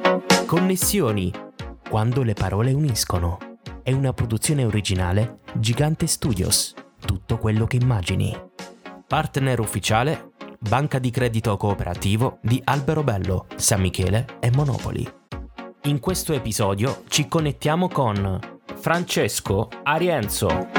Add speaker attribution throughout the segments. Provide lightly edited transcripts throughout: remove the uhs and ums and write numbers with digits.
Speaker 1: Connessioni, quando le parole uniscono. È una produzione originale Gigante Studios. Tutto quello che immagini. Partner ufficiale Banca di Credito Cooperativo di Alberobello, San Michele e Monopoli. In questo episodio ci connettiamo con Francesco Arienzo.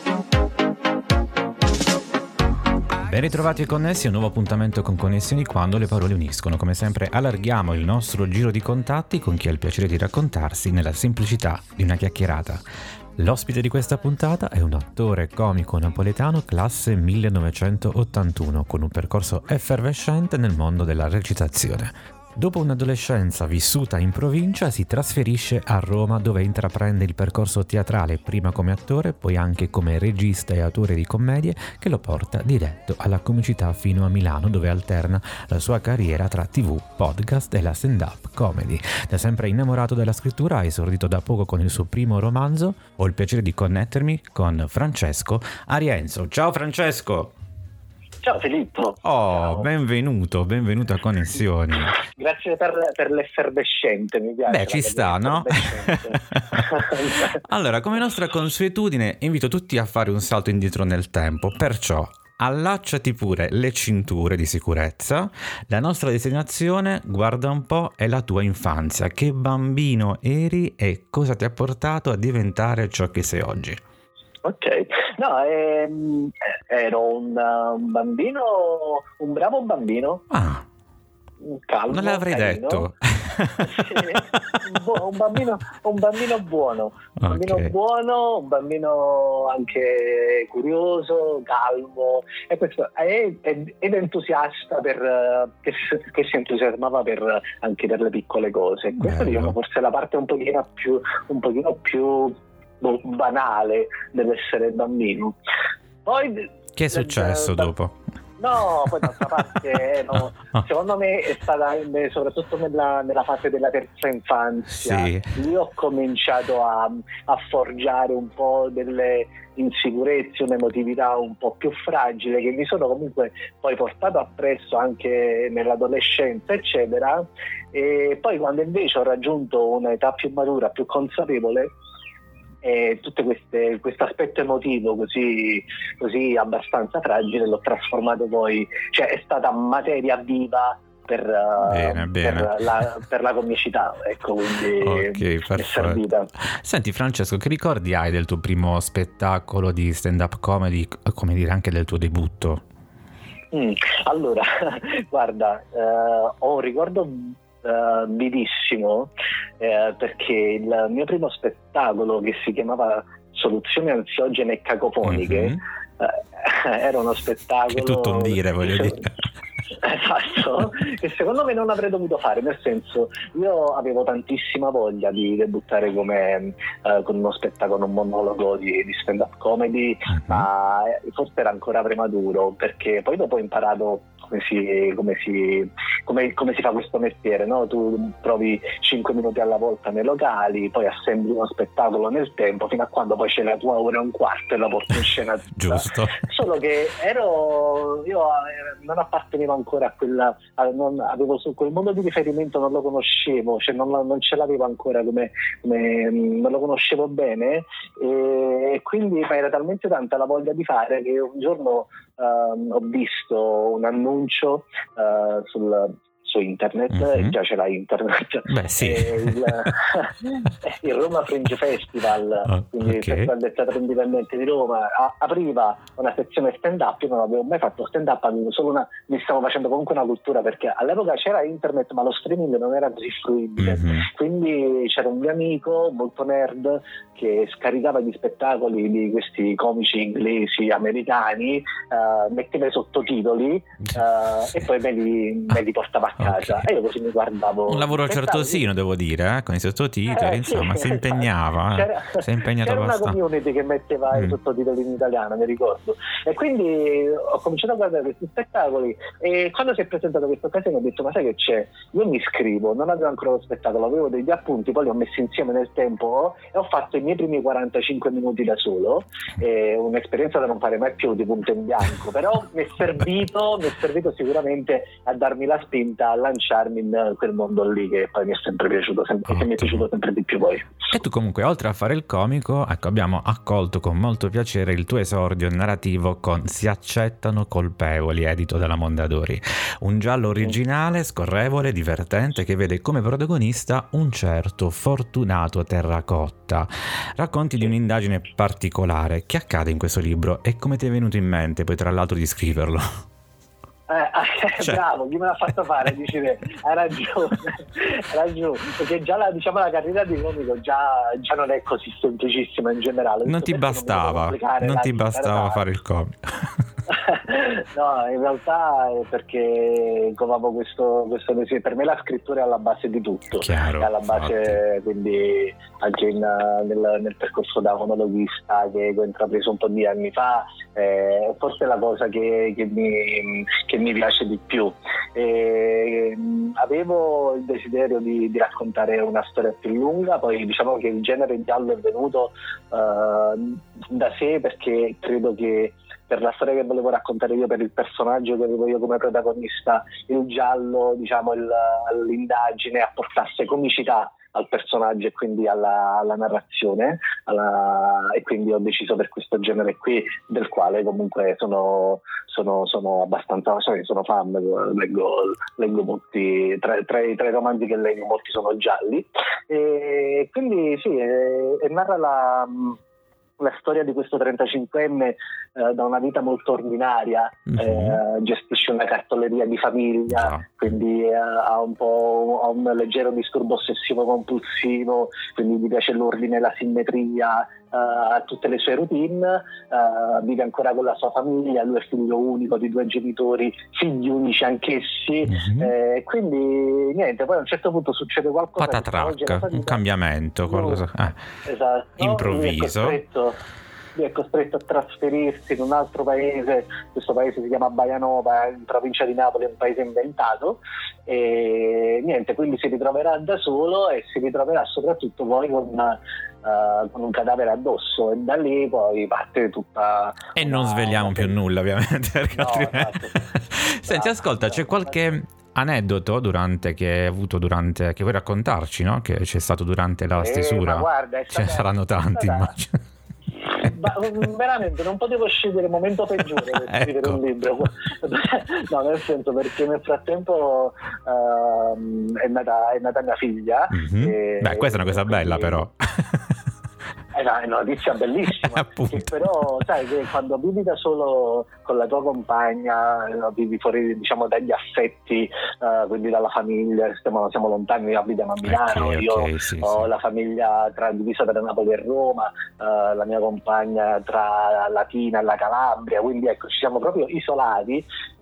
Speaker 2: Ben ritrovati e connessi a un nuovo appuntamento con Connessioni quando le parole uniscono. Come sempre allarghiamo il nostro giro di contatti con chi ha il piacere di raccontarsi nella semplicità di una chiacchierata. L'ospite di questa puntata è un attore comico napoletano classe 1981 con un percorso effervescente nel mondo della recitazione. Dopo un'adolescenza vissuta in provincia si trasferisce a Roma dove intraprende il percorso teatrale prima come attore, poi anche come regista e autore di commedie che lo porta diretto alla comicità fino a Milano dove alterna la sua carriera tra TV, podcast e la stand-up comedy. Da sempre innamorato della scrittura ha esordito da poco con il suo primo romanzo. Ho il piacere di connettermi con Francesco Arienzo. Ciao Francesco!
Speaker 3: Ciao Filippo.
Speaker 2: Ciao. Benvenuto a Connessioni.
Speaker 3: Grazie per l'effervescente, mi piace.
Speaker 2: Beh, ci sta, no? Allora, come nostra consuetudine, invito tutti a fare un salto indietro nel tempo, perciò allacciati pure le cinture di sicurezza. La nostra destinazione, guarda un po', è la tua infanzia. Che bambino eri e cosa ti ha portato a diventare ciò che sei oggi?
Speaker 3: Ok, no, ero un bambino, un bravo bambino.
Speaker 2: Ah,
Speaker 3: calmo,
Speaker 2: non l'avrei
Speaker 3: carino.
Speaker 2: detto.
Speaker 3: Sì, un bambino buono, un bambino buono, un bambino anche curioso, calmo e questo, ed entusiasta che si entusiasmava anche per le piccole cose. Questa diciamo forse è la parte un pochino più banale dell'essere bambino. Poi
Speaker 2: che è successo dopo?
Speaker 3: No, poi d'altra parte no. Secondo me è stata soprattutto nella fase della terza infanzia.
Speaker 2: Sì.
Speaker 3: Lì ho cominciato a forgiare un po' delle insicurezze, un'emotività un po' più fragile che mi sono comunque poi portato appresso anche nell'adolescenza eccetera, e poi quando invece ho raggiunto un'età più matura, più consapevole, e tutto questo aspetto emotivo così abbastanza fragile l'ho trasformato poi, cioè è stata materia viva per la comicità, ecco, quindi
Speaker 2: okay,
Speaker 3: è servita.
Speaker 2: Senti Francesco, che ricordi hai del tuo primo spettacolo di stand-up comedy, come dire anche del tuo debutto?
Speaker 3: Allora, guarda, ho un ricordo vivissimo perché il mio primo spettacolo, che si chiamava Soluzioni ansiogene e cacofoniche, era uno spettacolo,
Speaker 2: è tutto un dire, voglio dire.
Speaker 3: Esatto, che secondo me non avrei dovuto fare, nel senso, io avevo tantissima voglia di debuttare con uno spettacolo, un monologo di stand-up comedy, ma forse era ancora prematuro, perché poi dopo ho imparato come si fa questo mestiere, no? Tu provi 5 minuti alla volta nei locali, poi assembli uno spettacolo nel tempo fino a quando poi c'è la tua ora e un quarto e la porti in scena.
Speaker 2: Giusto.
Speaker 3: Solo che io non appartenevo ancora avevo quel mondo di riferimento, non lo conoscevo, cioè non ce l'avevo ancora come non lo conoscevo bene, e quindi era talmente tanta la voglia di fare che un giorno ho visto un annuncio su internet, già c'era internet.
Speaker 2: Beh, sì.
Speaker 3: Il Roma Fringe Festival, quindi il Festival del Teatro Indipendente di Roma, apriva una sezione stand-up. Io non avevo mai fatto stand-up, avevo mi stavo facendo comunque una cultura, perché all'epoca c'era internet ma lo streaming non era così fruibile, quindi c'era un mio amico molto nerd che scaricava gli spettacoli di questi comici inglesi, americani, metteva i sottotitoli e poi me li portava a casa, e io così mi guardavo.
Speaker 2: Un lavoro certosino, devo dire, con i sottotitoli, insomma,
Speaker 3: sì,
Speaker 2: si impegnava. Si è impegnato
Speaker 3: c'era
Speaker 2: abbastanza.
Speaker 3: Una community che metteva i sottotitoli in italiano, mi ricordo, e quindi ho cominciato a guardare questi spettacoli, e quando si è presentata questa occasione ho detto: ma sai che c'è? Io mi iscrivo, non avevo ancora lo spettacolo, avevo degli appunti, poi li ho messi insieme nel tempo e ho fatto i miei primi 45 minuti da solo, un'esperienza da non fare mai più, di punto in bianco, però mi è servito sicuramente a darmi la spinta a lanciarmi in quel mondo lì che poi mi è sempre piaciuto, che mi è piaciuto sempre di più poi.
Speaker 2: E tu comunque, oltre a fare il comico, ecco, abbiamo accolto con molto piacere il tuo esordio narrativo con Si accettano colpevoli, edito dalla Mondadori, un giallo originale, scorrevole, divertente, che vede come protagonista un certo Fortunato Terracotta. Racconti di un'indagine particolare. Che accade in questo libro e come ti è venuto in mente poi tra l'altro di scriverlo?
Speaker 3: Bravo, chi me l'ha fatto fare? Dici te, hai ragione, perché già la carriera di comico già non è così semplicissima in generale.
Speaker 2: Non ti bastava fare il comico.
Speaker 3: No, in realtà è perché avevo questo per me la scrittura è alla base di tutto.
Speaker 2: Chiaro,
Speaker 3: è alla base, quindi anche nel percorso da monologhista che ho intrapreso un po' di anni fa, forse è la cosa che mi piace di più. Avevo il desiderio di raccontare una storia più lunga, poi diciamo che il genere giallo è venuto da sé, perché credo che per la storia che volevo raccontare io, per il personaggio che avevo io come protagonista, il giallo, diciamo, l'indagine apportasse comicità al personaggio e quindi alla narrazione, e quindi ho deciso per questo genere qui, del quale comunque sono abbastanza, sono fan, leggo molti, tra i romanzi che leggo molti sono gialli, e quindi sì, e narra la storia di questo 35enne da una vita molto ordinaria, gestisce una cartoleria di famiglia, quindi ha un leggero disturbo ossessivo compulsivo, quindi gli piace l'ordine e la simmetria, ha tutte le sue routine, vive ancora con la sua famiglia, lui è figlio unico di 2 genitori, figli unici anch'essi, quindi niente, poi a un certo punto succede qualcosa,
Speaker 2: patatrac, un cambiamento, qualcosa
Speaker 3: esatto,
Speaker 2: improvviso.
Speaker 3: Lui è costretto a trasferirsi in un altro paese, questo paese si chiama Baianova, in provincia di Napoli, è un paese inventato, e niente, quindi si ritroverà da solo e si ritroverà soprattutto poi con un cadavere addosso, e da lì poi parte tutta...
Speaker 2: E non svegliamo più nulla, ovviamente, perché altrimenti... Senti, ascolta, c'è qualche aneddoto che vuoi raccontarci, no? Che c'è stato durante la stesura?
Speaker 3: Ma guarda,
Speaker 2: saranno tanti, immagino.
Speaker 3: Veramente non potevo scegliere il momento peggiore per scrivere un libro. No, nel senso, perché nel frattempo è nata mia figlia.
Speaker 2: Beh, questa è una cosa bella, però.
Speaker 3: È una notizia bellissima, che però sai che quando vivi da solo con la tua compagna, vivi fuori, diciamo, dagli affetti, quindi dalla famiglia, siamo lontani, abitiamo a Milano, ho la famiglia divisa tra Napoli e Roma, la mia compagna tra Latina e la Calabria, quindi ecco, ci siamo proprio isolati,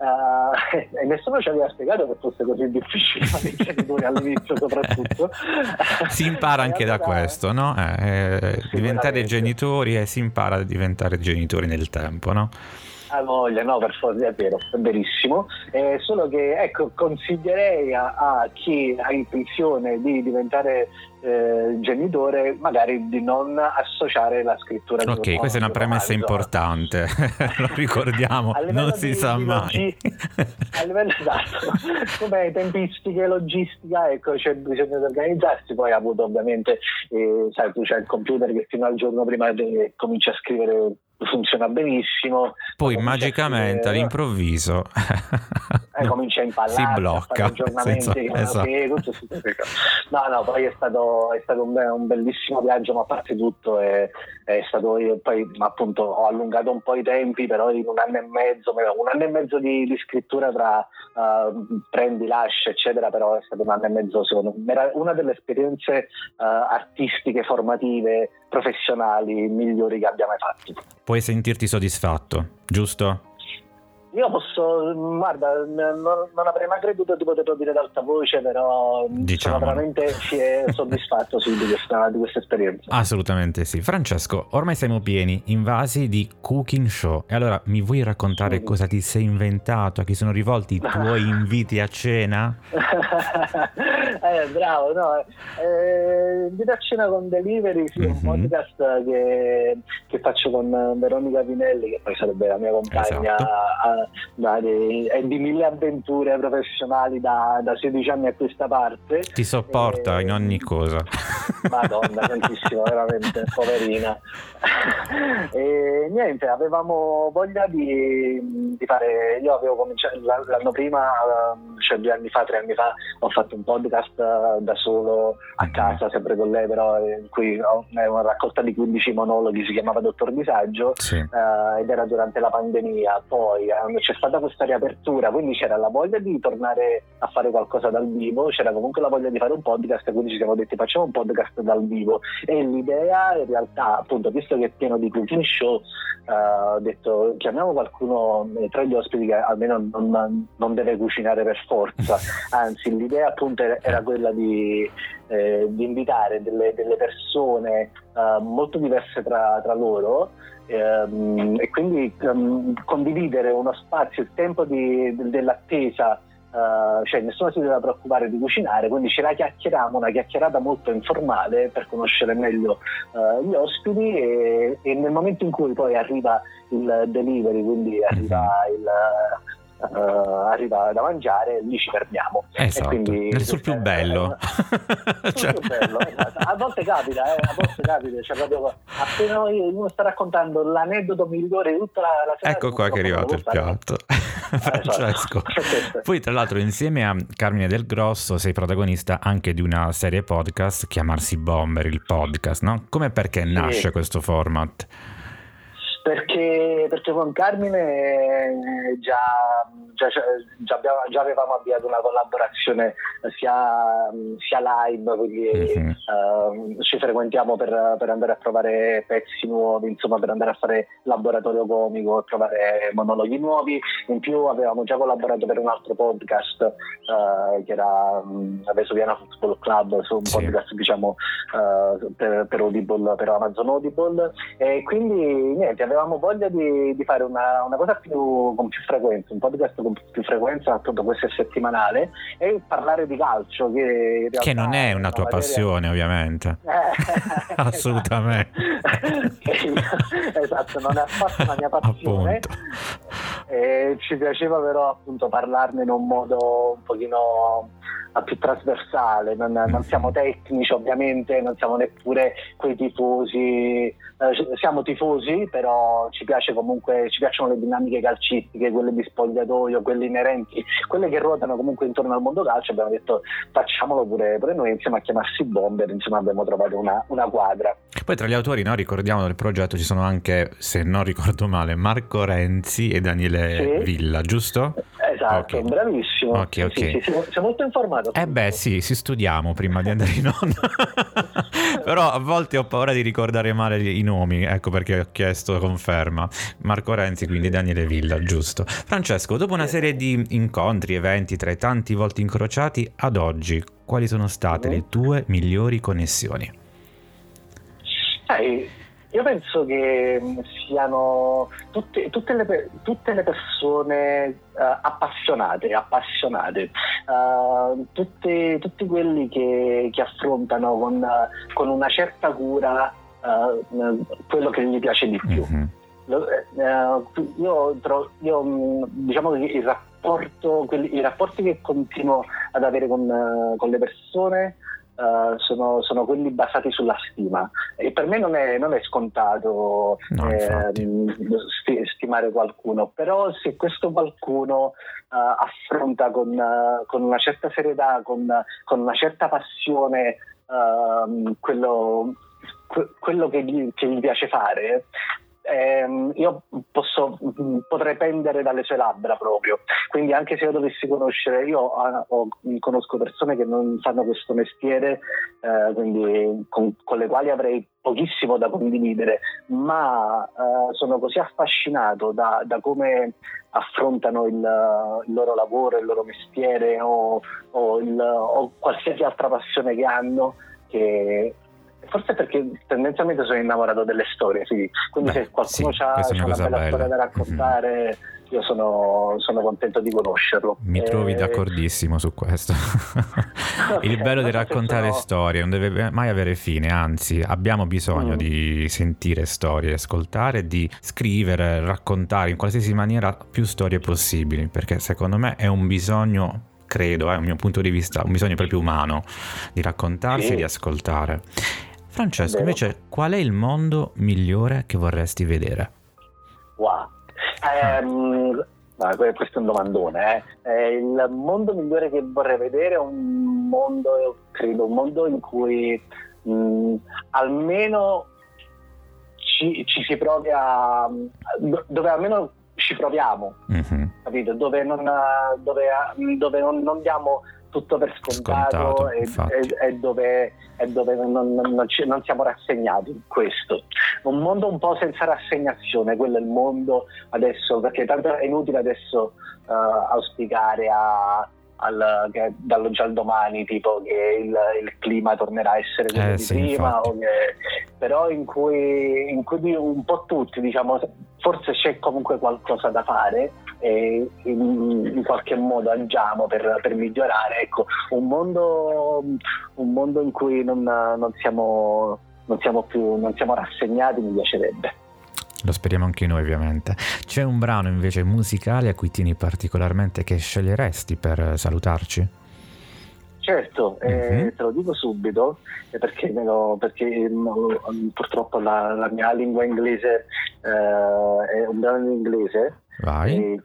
Speaker 3: e nessuno ci aveva spiegato che fosse così difficile fare i genitori all'inizio, soprattutto.
Speaker 2: Si impara anche da questo, no? Diventare genitori, e si impara a diventare genitori nel tempo, no?
Speaker 3: Ha voglia, no, per forza, è vero, è verissimo. Solo che, ecco, consiglierei a chi ha intenzione di diventare genitore, magari di non associare la scrittura.
Speaker 2: Ok, questa è una premessa importante, lo ricordiamo, non si sa mai.
Speaker 3: A livello esatto, come tempistiche, logistica, ecco, c'è bisogno di organizzarsi. Poi ha avuto ovviamente, sai, tu c'hai il computer che fino al giorno prima comincia a scrivere, funziona benissimo,
Speaker 2: poi magicamente all'improvviso
Speaker 3: comincia a impallarsi,
Speaker 2: si blocca,
Speaker 3: no, poi è stato un bellissimo viaggio, ma a parte tutto è stato, io poi appunto ho allungato un po' i tempi, però in un anno e mezzo di scrittura tra prendi, lascia, eccetera, però è stato un anno e mezzo, secondo me era una delle esperienze artistiche, formative, professionali migliori che abbia mai fatto.
Speaker 2: Puoi sentirti soddisfatto, giusto?
Speaker 3: Io guarda, non avrei mai creduto di poterlo dire ad alta voce, però sono veramente soddisfatto di questa esperienza.
Speaker 2: Assolutamente sì. Francesco, ormai siamo pieni, invasi di cooking show, e allora mi vuoi raccontare cosa ti sei inventato, a chi sono rivolti i tuoi inviti a cena?
Speaker 3: Bravo, no, invito a cena con Delivery, un podcast che faccio con Veronica Vinelli, che poi sarebbe la mia compagna, di mille avventure professionali da 16 anni a questa parte.
Speaker 2: Ti sopporta in ogni cosa.
Speaker 3: Madonna, tantissimo, veramente, poverina. E niente, avevamo voglia di fare. Io avevo cominciato l'anno prima, cioè 3 anni fa, ho fatto un podcast da solo a casa, sempre con lei, però in cui è una raccolta di 15 monologhi, si chiamava Dottor Disagio, sì. Ed era durante la pandemia. Poi c'è stata questa riapertura, quindi c'era la voglia di tornare a fare qualcosa dal vivo, c'era comunque la voglia di fare un podcast, quindi ci siamo detti facciamo un podcast dal vivo. E l'idea in realtà, appunto, visto che è pieno di cooking show, ho detto chiamiamo qualcuno tra gli ospiti che almeno non deve cucinare per forza, anzi l'idea appunto era quella di invitare delle persone molto diverse tra loro, e quindi condividere uno spazio, il tempo dell'attesa. Cioè nessuno si deve preoccupare di cucinare, quindi ce la chiacchieriamo, una chiacchierata molto informale per conoscere meglio gli ospiti, e nel momento in cui poi arriva il delivery, quindi arriva da mangiare, lì ci fermiamo.
Speaker 2: Esatto,
Speaker 3: e quindi
Speaker 2: nel sul più bello.
Speaker 3: Cioè. Più bello, esatto. A volte capita, cioè proprio appena uno sta raccontando l'aneddoto migliore di tutta la sera.
Speaker 2: Ecco qua che è arrivato il piatto. Francesco.
Speaker 3: Esatto.
Speaker 2: Poi tra l'altro insieme a Carmine Del Grosso sei protagonista anche di una serie podcast, Chiamarsi Bomber, il podcast, no? Come e perché nasce questo format?
Speaker 3: Perché con Carmine già avevamo avviato una collaborazione sia live, quindi ci frequentiamo per andare a provare pezzi nuovi, insomma per andare a fare laboratorio comico e provare monologhi nuovi. In più avevamo già collaborato per un altro podcast che era Vesuviana Football Club, su un podcast diciamo per Audible, per Amazon Audible, e quindi niente, avevamo voglia di fare una cosa con più frequenza, un podcast con più frequenza, appunto questo è settimanale, e parlare di calcio, che
Speaker 2: non è una tua passione ovviamente. Assolutamente.
Speaker 3: Esatto, non è affatto una mia passione. E ci piaceva però appunto parlarne in un modo un pochino più trasversale, non siamo tecnici ovviamente, non siamo neppure quei tifosi, siamo tifosi, però ci piacciono le dinamiche calcistiche, quelle di spogliatoio, quelle inerenti, quelle che ruotano comunque intorno al mondo calcio. Abbiamo detto facciamolo pure noi insieme a Chiamarsi Bomber, insomma abbiamo trovato una quadra.
Speaker 2: Poi tra gli autori, no, ricordiamo del progetto ci sono anche, se non ricordo male, Marco Renzi e Daniele Villa, giusto?
Speaker 3: Esatto, okay. Bravissimo.
Speaker 2: Ok.
Speaker 3: Sì, sei molto informato.
Speaker 2: Sì, si studiamo prima di andare in onda. Però a volte ho paura di ricordare male i nomi, ecco perché ho chiesto conferma. Marco Renzi, quindi Daniele Villa, giusto. Francesco, dopo una serie di incontri, eventi tra i tanti volti incrociati, ad oggi, quali sono state le tue migliori connessioni?
Speaker 3: Io penso che siano tutte le persone appassionate, tutti quelli che affrontano con una certa cura quello che gli piace di più. Io diciamo che i rapporti che continuo ad avere con le persone sono quelli basati sulla stima, e per me non è scontato stimare qualcuno, però se questo qualcuno affronta con una certa serietà, con una certa passione quello che gli piace fare, io potrei pendere dalle sue labbra proprio. Quindi anche se io dovessi conoscere, conosco persone che non fanno questo mestiere, quindi con le quali avrei pochissimo da condividere, ma sono così affascinato da come affrontano il loro lavoro, il loro mestiere o qualsiasi altra passione che hanno, che forse perché tendenzialmente sono innamorato delle storie, sì. Quindi se qualcuno ha una bella storia da raccontare, io sono contento di conoscerlo.
Speaker 2: Mi trovi d'accordissimo su questo. Okay, il bello di raccontare storie non deve mai avere fine, anzi abbiamo bisogno di sentire storie, ascoltare, di scrivere, raccontare in qualsiasi maniera più storie possibili, perché secondo me è un bisogno, credo, un mio punto di vista, un bisogno proprio umano di raccontarsi e di ascoltare. Francesco, invece, qual è il mondo migliore che vorresti vedere?
Speaker 3: Wow. Questo è un domandone. Il mondo migliore che vorrei vedere è un mondo, credo, un mondo in cui almeno ci si provi dove almeno ci proviamo, capito? Dove non diamo tutto per scontato e dove non siamo rassegnati in questo. Un mondo un po' senza rassegnazione, quello è il mondo adesso, perché tanto è inutile adesso auspicare dall'oggi al domani, tipo che il clima tornerà a essere quello di prima, però in cui un po' tutti, diciamo, forse c'è comunque qualcosa da fare e in qualche modo agiamo per migliorare. Ecco, un mondo in cui non siamo rassegnati mi piacerebbe.
Speaker 2: Lo speriamo anche noi, ovviamente. C'è un brano invece musicale a cui tieni particolarmente, che sceglieresti per salutarci?
Speaker 3: Certo, te lo dico subito, perché purtroppo la mia lingua inglese è un brano in inglese.
Speaker 2: Vai.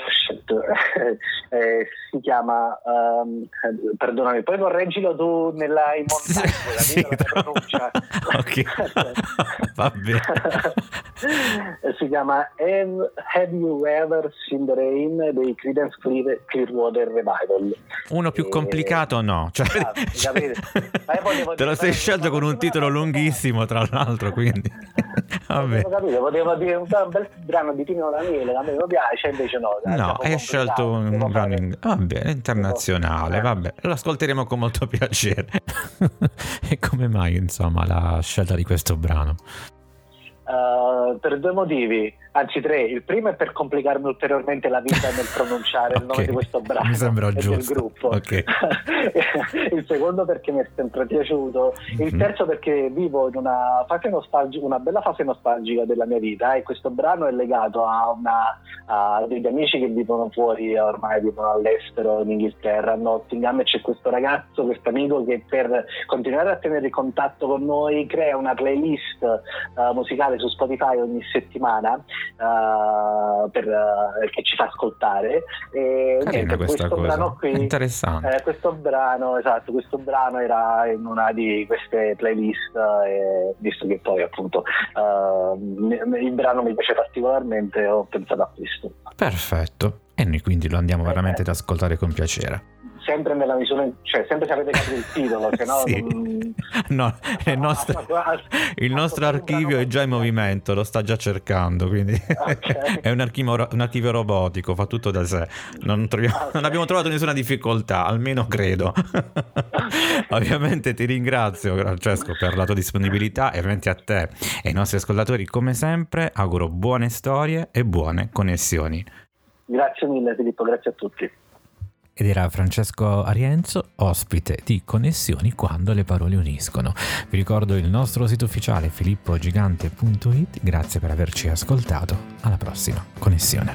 Speaker 3: Si chiama perdonami, poi correggilo tu in montaggio, la pronuncia.
Speaker 2: Ok. Va bene.
Speaker 3: Si chiama Have You Ever Seen the Rain dei Creedence Clearwater Revival.
Speaker 2: Uno più complicato no, cioè, te lo sei scelto con un titolo lunghissimo, tra l'altro, quindi vabbè.
Speaker 3: Potevo dire un bel brano di Pino Daniele, a me mi piace, invece no,
Speaker 2: hai scelto un brano internazionale, vabbè, lo ascolteremo con molto piacere. E come mai, insomma, la scelta di questo brano?
Speaker 3: Per due motivi, anzi tre. Il primo è per complicarmi ulteriormente la vita nel pronunciare il nome di questo brano,
Speaker 2: mi sembra giusto,
Speaker 3: del gruppo.
Speaker 2: Okay.
Speaker 3: Il secondo perché mi è sempre piaciuto. Il terzo perché vivo in una fase nostalgica, una bella fase nostalgica della mia vita, e questo brano è legato a degli amici che vivono fuori, ormai vivono all'estero, in Inghilterra, a Nottingham, e c'è questo ragazzo, questo amico che per continuare a tenere contatto con noi crea una playlist musicale su Spotify ogni settimana che ci fa ascoltare, e
Speaker 2: niente,
Speaker 3: questo
Speaker 2: cosa
Speaker 3: brano qui
Speaker 2: interessante.
Speaker 3: Questo brano era in una di queste playlist, visto che poi appunto il brano mi piace particolarmente, ho pensato a questo.
Speaker 2: Perfetto, e noi quindi lo andiamo veramente ad ascoltare con piacere.
Speaker 3: Sempre nella misura, cioè sempre se avete capito il titolo, se no
Speaker 2: sì. No, il nostro archivio è già in movimento, lo sta già cercando, quindi okay. È un archivio robotico, fa tutto da sé, non abbiamo trovato nessuna difficoltà, almeno credo. Ovviamente ti ringrazio, Francesco, per la tua disponibilità, e ovviamente a te e ai nostri ascoltatori, come sempre, auguro buone storie e buone connessioni.
Speaker 3: Grazie mille Filippo, grazie a tutti.
Speaker 2: Ed era Francesco Arienzo, ospite di Connessioni quando le parole uniscono. Vi ricordo il nostro sito ufficiale filippogigante.it. Grazie per averci ascoltato. Alla prossima Connessione.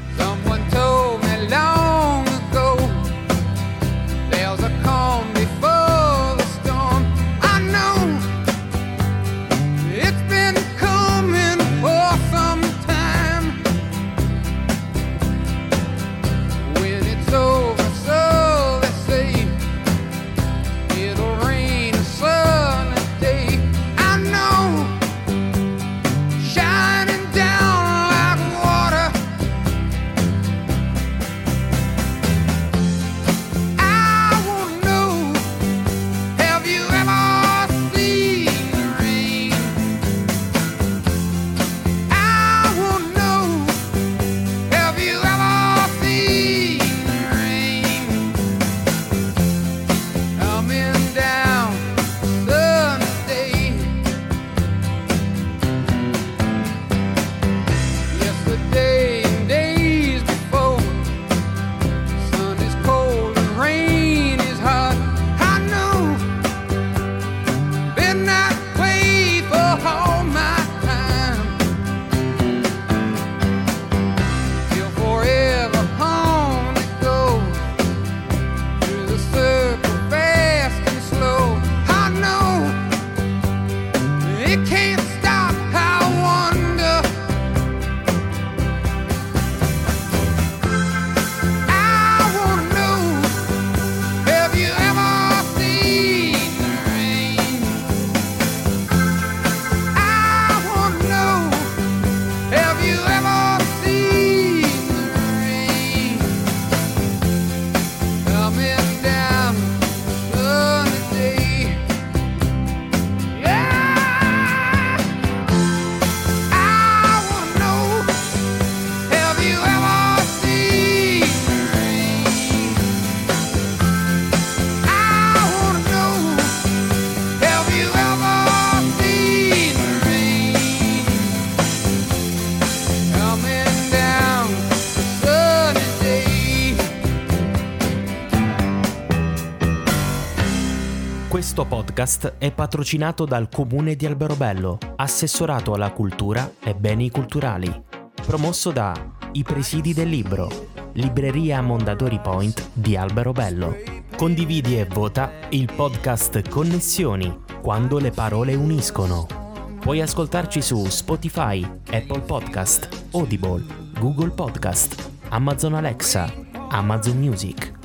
Speaker 1: Questo podcast è patrocinato dal Comune di Alberobello, assessorato alla cultura e beni culturali, promosso da I Presidi del Libro, Libreria Mondadori Point di Alberobello. Condividi e vota il podcast Connessioni, quando le parole uniscono. Puoi ascoltarci su Spotify, Apple Podcast, Audible, Google Podcast, Amazon Alexa, Amazon Music.